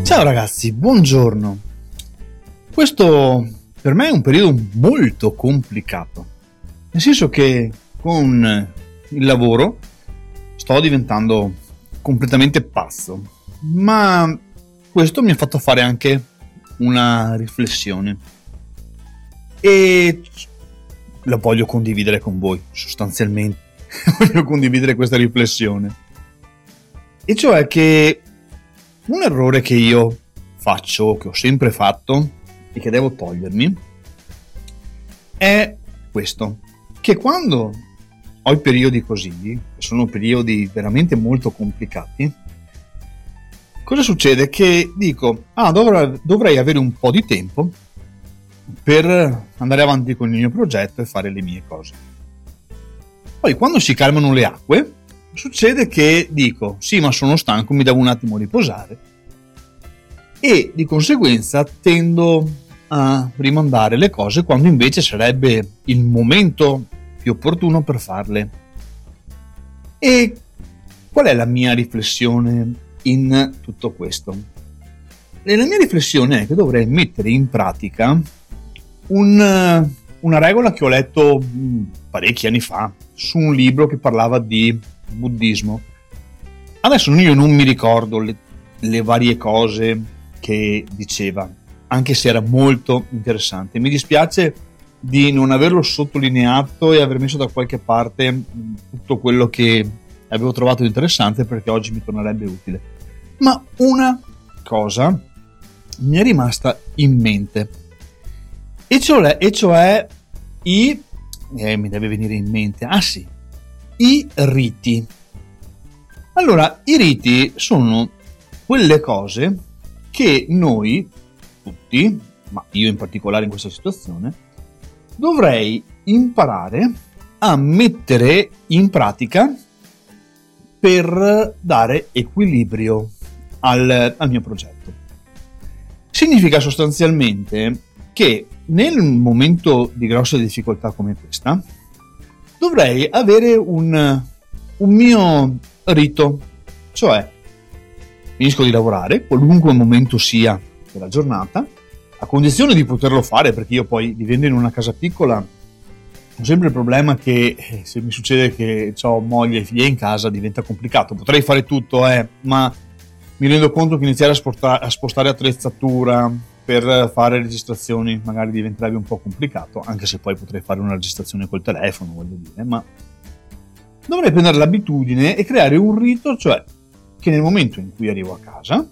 Ciao ragazzi, buongiorno. Questo per me è un periodo molto complicato, nel senso che con il lavoro sto diventando completamente pazzo, ma questo mi ha fatto fare anche una riflessione e la voglio condividere con voi. Sostanzialmente voglio condividere questa riflessione, e cioè che un errore che io faccio, che ho sempre fatto e che devo togliermi, è questo: che quando ho i periodi così, che sono periodi veramente molto complicati, cosa succede? Che dico, dovrei avere un po' di tempo per andare avanti con il mio progetto e fare le mie cose. Poi quando si calmano le acque, succede che dico, sì, ma sono stanco, mi devo un attimo riposare, e di conseguenza tendo a rimandare le cose quando invece sarebbe il momento più opportuno per farle. E qual è la mia riflessione in tutto questo? E la mia riflessione è che dovrei mettere in pratica una regola che ho letto parecchi anni fa su un libro che parlava di buddismo. Adesso io non mi ricordo le varie cose che diceva, anche se era molto interessante. Mi dispiace di non averlo sottolineato e aver messo da qualche parte tutto quello che avevo trovato interessante, perché oggi mi tornerebbe utile. Ma una cosa mi è rimasta in mente, e cioè mi deve venire in mente, i riti. Allora, i riti sono quelle cose che noi tutti, ma io in particolare in questa situazione, dovrei imparare a mettere in pratica per dare equilibrio al mio progetto. Significa sostanzialmente che nel momento di grossa difficoltà come questa dovrei avere un mio rito, cioè finisco di lavorare, qualunque momento sia della giornata, a condizione di poterlo fare, perché io poi, vivendo in una casa piccola, ho sempre il problema che se mi succede che ho moglie e figlie in casa diventa complicato. Potrei fare tutto, ma mi rendo conto che iniziare a spostare attrezzatura per fare registrazioni magari diventerebbe un po' complicato, anche se poi potrei fare una registrazione col telefono, voglio dire, ma dovrei prendere l'abitudine e creare un rito, cioè che nel momento in cui arrivo a casa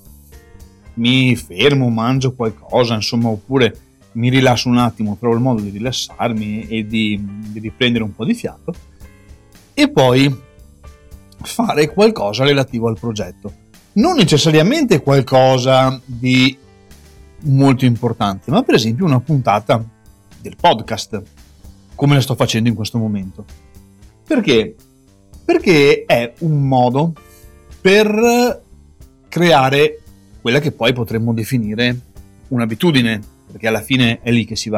mi fermo, mangio qualcosa, insomma, oppure mi rilasso un attimo, trovo il modo di rilassarmi e di riprendere un po' di fiato, e poi fare qualcosa relativo al progetto. Non necessariamente qualcosa di molto importante, ma per esempio una puntata del podcast, come la sto facendo in questo momento. Perché? Perché è un modo per creare quella che poi potremmo definire un'abitudine, perché alla fine è lì che si va.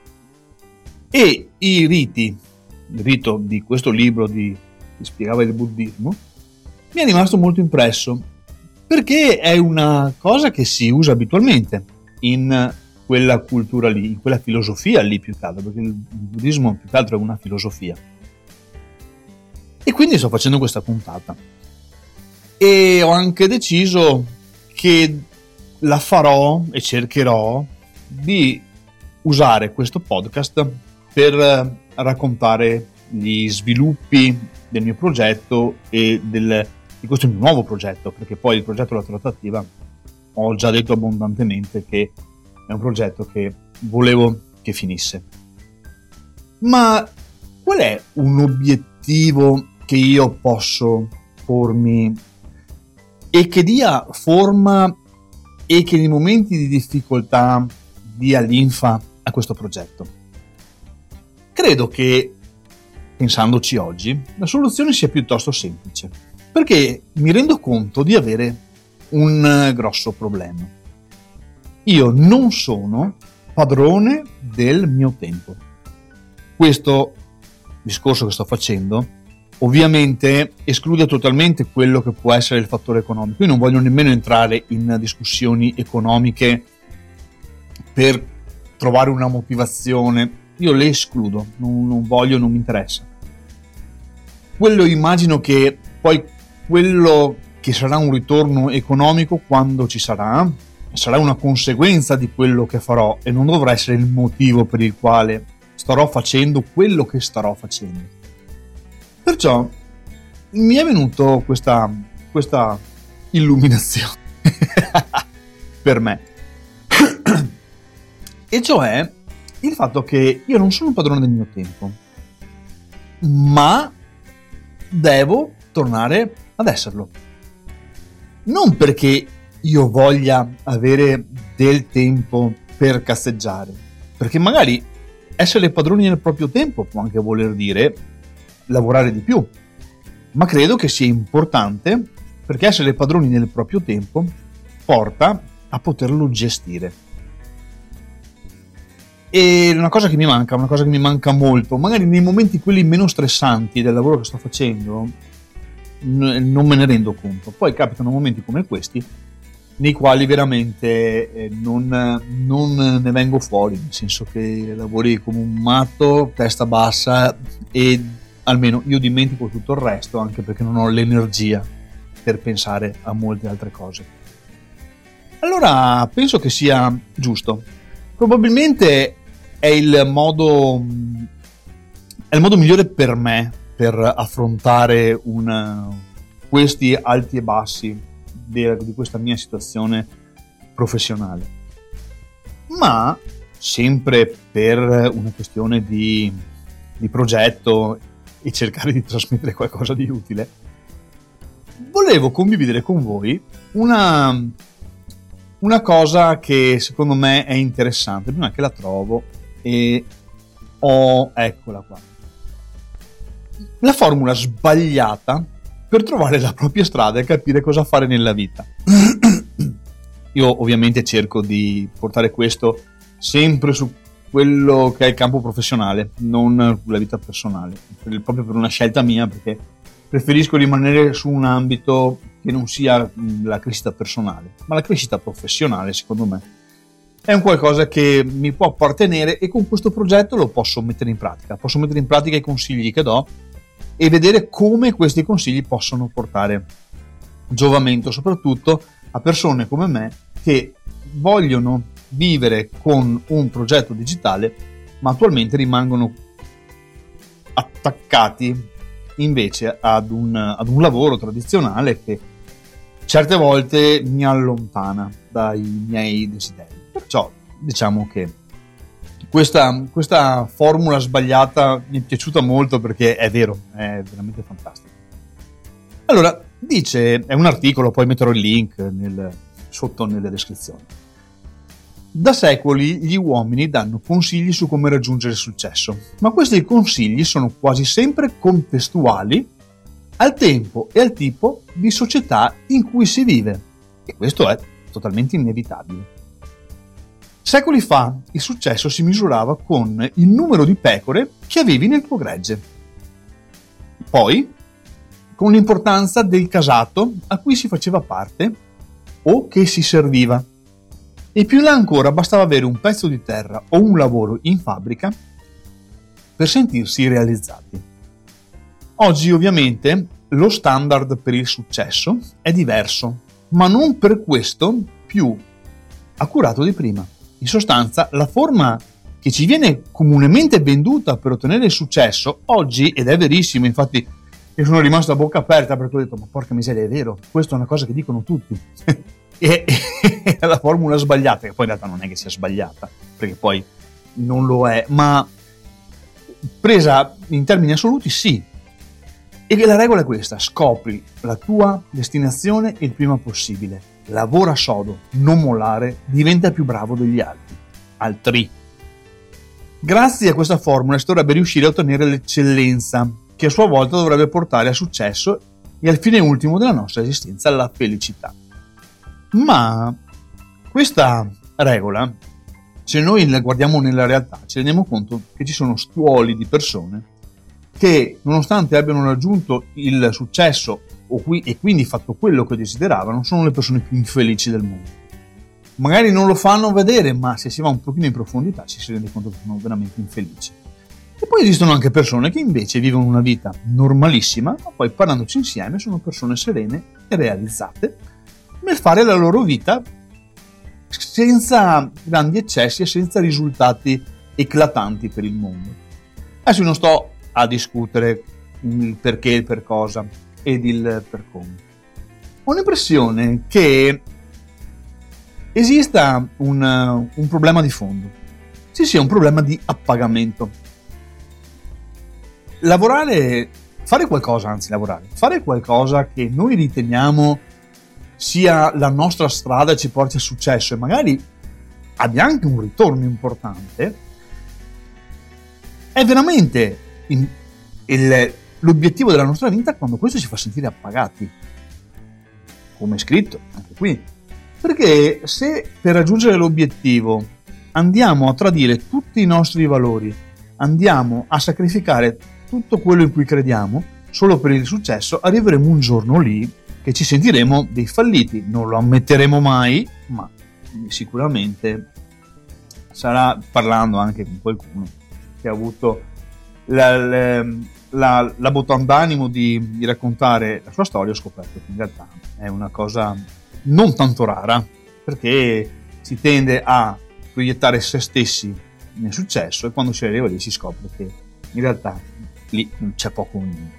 E i riti, il rito di questo libro che spiegava il buddismo, mi è rimasto molto impresso, perché è una cosa che si usa abitualmente in quella cultura lì, in quella filosofia lì più che altro, perché il buddismo più che altro è una filosofia. E quindi sto facendo questa puntata e ho anche deciso che la farò e cercherò di usare questo podcast per raccontare gli sviluppi del mio progetto e di questo mio nuovo progetto, perché poi il progetto della trattativa ho già detto abbondantemente che è un progetto che volevo che finisse. Ma qual è un obiettivo che io posso pormi e che dia forma e che nei momenti di difficoltà dia linfa a questo progetto? Credo che, pensandoci oggi, la soluzione sia piuttosto semplice, perché mi rendo conto di avere un grosso problema. Io non sono padrone del mio tempo. Questo discorso che sto facendo ovviamente esclude totalmente quello che può essere il fattore economico. Io non voglio nemmeno entrare in discussioni economiche per trovare una motivazione, io le escludo, non voglio, non mi interessa. Quello immagino che poi quello che sarà un ritorno economico, quando ci sarà una conseguenza di quello che farò e non dovrà essere il motivo per il quale starò facendo quello che starò facendo. Perciò mi è venuto questa illuminazione per me, e cioè il fatto che io non sono un padrone del mio tempo, ma devo tornare ad esserlo. Non perché io voglia avere del tempo per cazzeggiare, perché magari essere padroni del proprio tempo può anche voler dire lavorare di più, ma credo che sia importante, perché essere padroni del proprio tempo porta a poterlo gestire. E una cosa che mi manca molto, magari nei momenti quelli meno stressanti del lavoro che sto facendo, non me ne rendo conto. Poi capitano momenti come questi nei quali veramente non ne vengo fuori, nel senso che lavori come un matto, testa bassa, e almeno io dimentico tutto il resto, anche perché non ho l'energia per pensare a molte altre cose. Allora penso che sia giusto. Probabilmente è il modo migliore per me per affrontare questi alti e bassi di questa mia situazione professionale, ma sempre per una questione di progetto e cercare di trasmettere qualcosa di utile. Volevo condividere con voi una cosa che secondo me è interessante. Prima che la trovo, e eccola qua, la formula sbagliata per trovare la propria strada e capire cosa fare nella vita. Io ovviamente cerco di portare questo sempre su quello che è il campo professionale, non la vita personale, proprio per una scelta mia, perché preferisco rimanere su un ambito che non sia la crescita personale, ma la crescita professionale, secondo me, è un qualcosa che mi può appartenere, e con questo progetto lo posso mettere in pratica i consigli che do e vedere come questi consigli possono portare giovamento, soprattutto a persone come me che vogliono vivere con un progetto digitale, ma attualmente rimangono attaccati invece ad un lavoro tradizionale che certe volte mi allontana dai miei desideri. Perciò diciamo che questa formula sbagliata mi è piaciuta molto, perché è vero, è veramente fantastica. Allora, è un articolo, poi metterò il link sotto nelle descrizioni. Da secoli gli uomini danno consigli su come raggiungere il successo, ma questi consigli sono quasi sempre contestuali al tempo e al tipo di società in cui si vive, e questo è totalmente inevitabile. Secoli fa il successo si misurava con il numero di pecore che avevi nel tuo gregge, poi con l'importanza del casato a cui si faceva parte o che si serviva, e più in là ancora bastava avere un pezzo di terra o un lavoro in fabbrica per sentirsi realizzati. Oggi ovviamente lo standard per il successo è diverso, ma non per questo più accurato di prima. In sostanza, la forma che ci viene comunemente venduta per ottenere il successo oggi, ed è verissimo, infatti io sono rimasto a bocca aperta perché ho detto, ma porca miseria, è vero, questa è una cosa che dicono tutti. E è la formula sbagliata, che poi in realtà non è che sia sbagliata, perché poi non lo è, ma presa in termini assoluti sì. E la regola è questa: scopri la tua destinazione il prima possibile, lavora sodo, non mollare, diventa più bravo degli altri. Grazie a questa formula si dovrebbe riuscire a ottenere l'eccellenza, che a sua volta dovrebbe portare al successo e al fine ultimo della nostra esistenza, la felicità. Ma questa regola, se noi la guardiamo nella realtà, ci rendiamo conto che ci sono stuoli di persone che nonostante abbiano raggiunto il successo e quindi fatto quello che desideravano, sono le persone più infelici del mondo. Magari non lo fanno vedere, ma se si va un pochino in profondità ci si rende conto che sono veramente infelici. E poi esistono anche persone che invece vivono una vita normalissima, ma poi parlandoci insieme sono persone serene e realizzate nel fare la loro vita senza grandi eccessi e senza risultati eclatanti per il mondo. Adesso non sto a discutere il perché, il per cosa ed il per come. Ho l'impressione che esista un problema di fondo. Sì, un problema di appagamento. Fare qualcosa che noi riteniamo sia la nostra strada e ci porti al successo e magari abbia anche un ritorno importante, è veramente l'obiettivo della nostra vita quando questo ci fa sentire appagati, come è scritto anche qui. Perché se per raggiungere l'obiettivo andiamo a tradire tutti i nostri valori, andiamo a sacrificare tutto quello in cui crediamo solo per il successo, arriveremo un giorno lì che ci sentiremo dei falliti. Non lo ammetteremo mai, ma sicuramente sarà parlando anche con qualcuno che ha avuto la bontà d'animo di raccontare la sua storia. Ho scoperto che in realtà è una cosa non tanto rara, perché si tende a proiettare se stessi nel successo e quando si arriva lì si scopre che in realtà lì c'è poco o niente.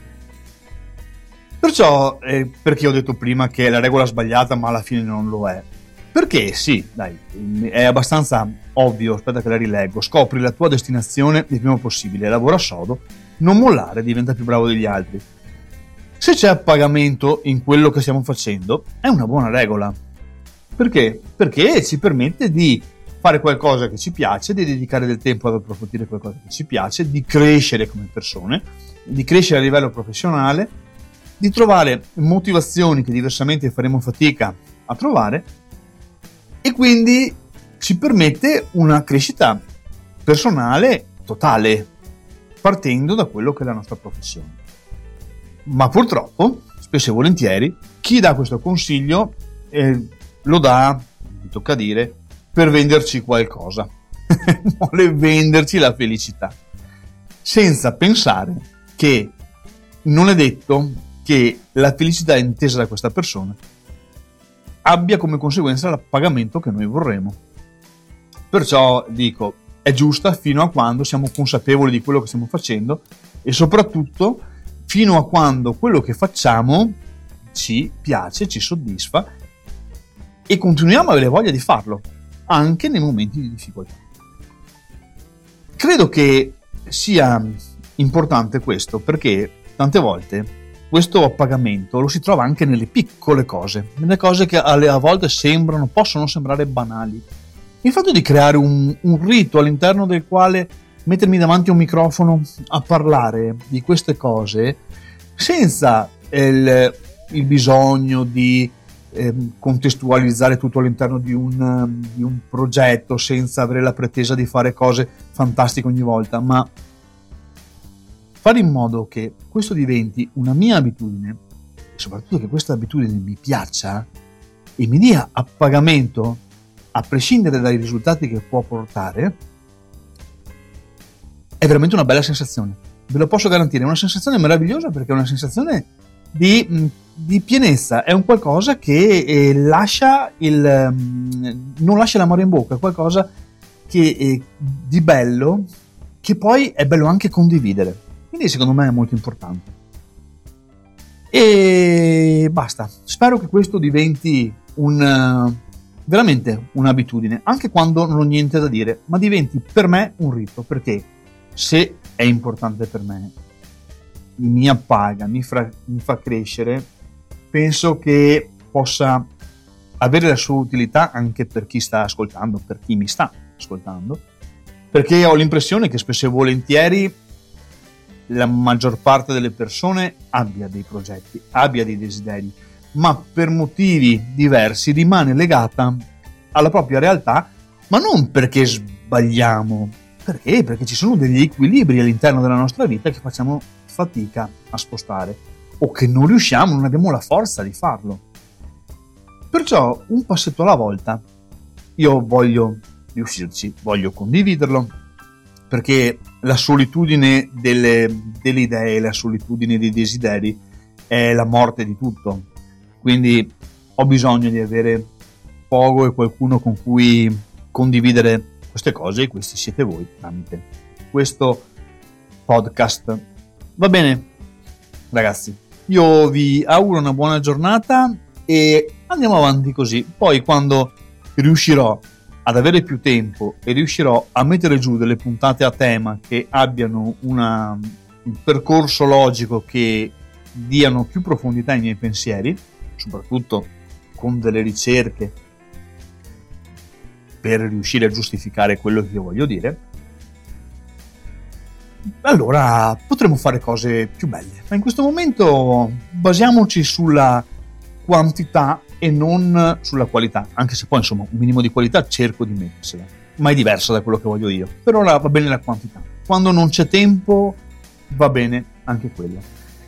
Perciò perché ho detto prima che è la regola sbagliata ma alla fine non lo è, perché sì, dai, è abbastanza ovvio. Aspetta che la rileggo. Scopri la tua destinazione il prima possibile, lavora sodo, non mollare, diventa più bravo degli altri. Se c'è appagamento in quello che stiamo facendo è una buona regola. Perché? Perché ci permette di fare qualcosa che ci piace, di dedicare del tempo ad approfondire qualcosa che ci piace, di crescere come persone, di crescere a livello professionale, di trovare motivazioni che diversamente faremo fatica a trovare, e quindi ci permette una crescita personale totale, partendo da quello che è la nostra professione. Ma purtroppo, spesso e volentieri, chi dà questo consiglio lo dà, mi tocca dire, per venderci qualcosa. Vuole venderci la felicità, senza pensare che non è detto che la felicità intesa da questa persona abbia come conseguenza l'appagamento che noi vorremmo. Perciò dico, è giusta fino a quando siamo consapevoli di quello che stiamo facendo e soprattutto fino a quando quello che facciamo ci piace, ci soddisfa e continuiamo a avere voglia di farlo, anche nei momenti di difficoltà. Credo che sia importante questo perché tante volte questo appagamento lo si trova anche nelle piccole cose, nelle cose che a volte possono sembrare banali. Il fatto di creare un rito all'interno del quale mettermi davanti a un microfono a parlare di queste cose senza il bisogno di contestualizzare tutto all'interno di un progetto, senza avere la pretesa di fare cose fantastiche ogni volta, ma fare in modo che questo diventi una mia abitudine e soprattutto che questa abitudine mi piaccia e mi dia appagamento a prescindere dai risultati che può portare, è veramente una bella sensazione. Ve lo posso garantire, è una sensazione meravigliosa perché è una sensazione di pienezza, è un qualcosa che non lascia l'amore in bocca, è qualcosa che di bello, che poi è bello anche condividere. Quindi secondo me è molto importante. E basta. Spero che questo diventi veramente un'abitudine, anche quando non ho niente da dire, ma diventi per me un rito, perché se è importante per me, mi appaga, mi fa crescere, penso che possa avere la sua utilità anche per chi sta ascoltando, per chi mi sta ascoltando, perché ho l'impressione che spesso e volentieri la maggior parte delle persone abbia dei progetti, abbia dei desideri, ma per motivi diversi rimane legata alla propria realtà, ma non perché sbagliamo, Perché? Perché ci sono degli equilibri all'interno della nostra vita che facciamo fatica a spostare o che non riusciamo, non abbiamo la forza di farlo. Perciò un passetto alla volta io voglio riuscirci, voglio condividerlo, perché la solitudine delle idee, la solitudine dei desideri è la morte di tutto. Quindi ho bisogno di avere poco e qualcuno con cui condividere queste cose, e questi siete voi tramite questo podcast. Va bene, ragazzi, io vi auguro una buona giornata e andiamo avanti così. Poi quando riuscirò ad avere più tempo e riuscirò a mettere giù delle puntate a tema che abbiano un percorso logico, che diano più profondità ai miei pensieri, soprattutto con delle ricerche per riuscire a giustificare quello che io voglio dire, allora potremo fare cose più belle. Ma in questo momento basiamoci sulla quantità e non sulla qualità, anche se poi insomma un minimo di qualità cerco di mettersela, ma è diverso da quello che voglio io. Per ora va bene la quantità, quando non c'è tempo va bene anche quella,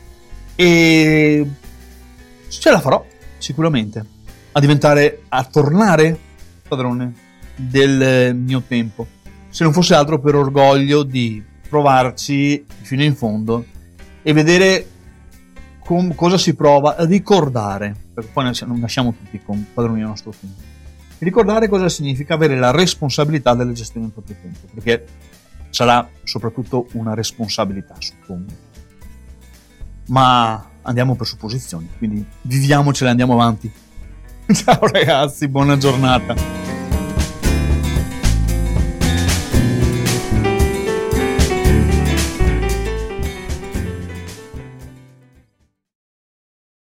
e ce la farò sicuramente a tornare padrone del mio tempo, se non fosse altro per orgoglio di provarci fino in fondo e vedere cosa si prova a ricordare, perché poi non nasciamo tutti con padroni del nostro tempo, ricordare cosa significa avere la responsabilità della gestione del proprio tempo, perché sarà soprattutto una responsabilità, suppongo, ma andiamo per supposizioni, quindi viviamocela e andiamo avanti. Ciao ragazzi, buona giornata.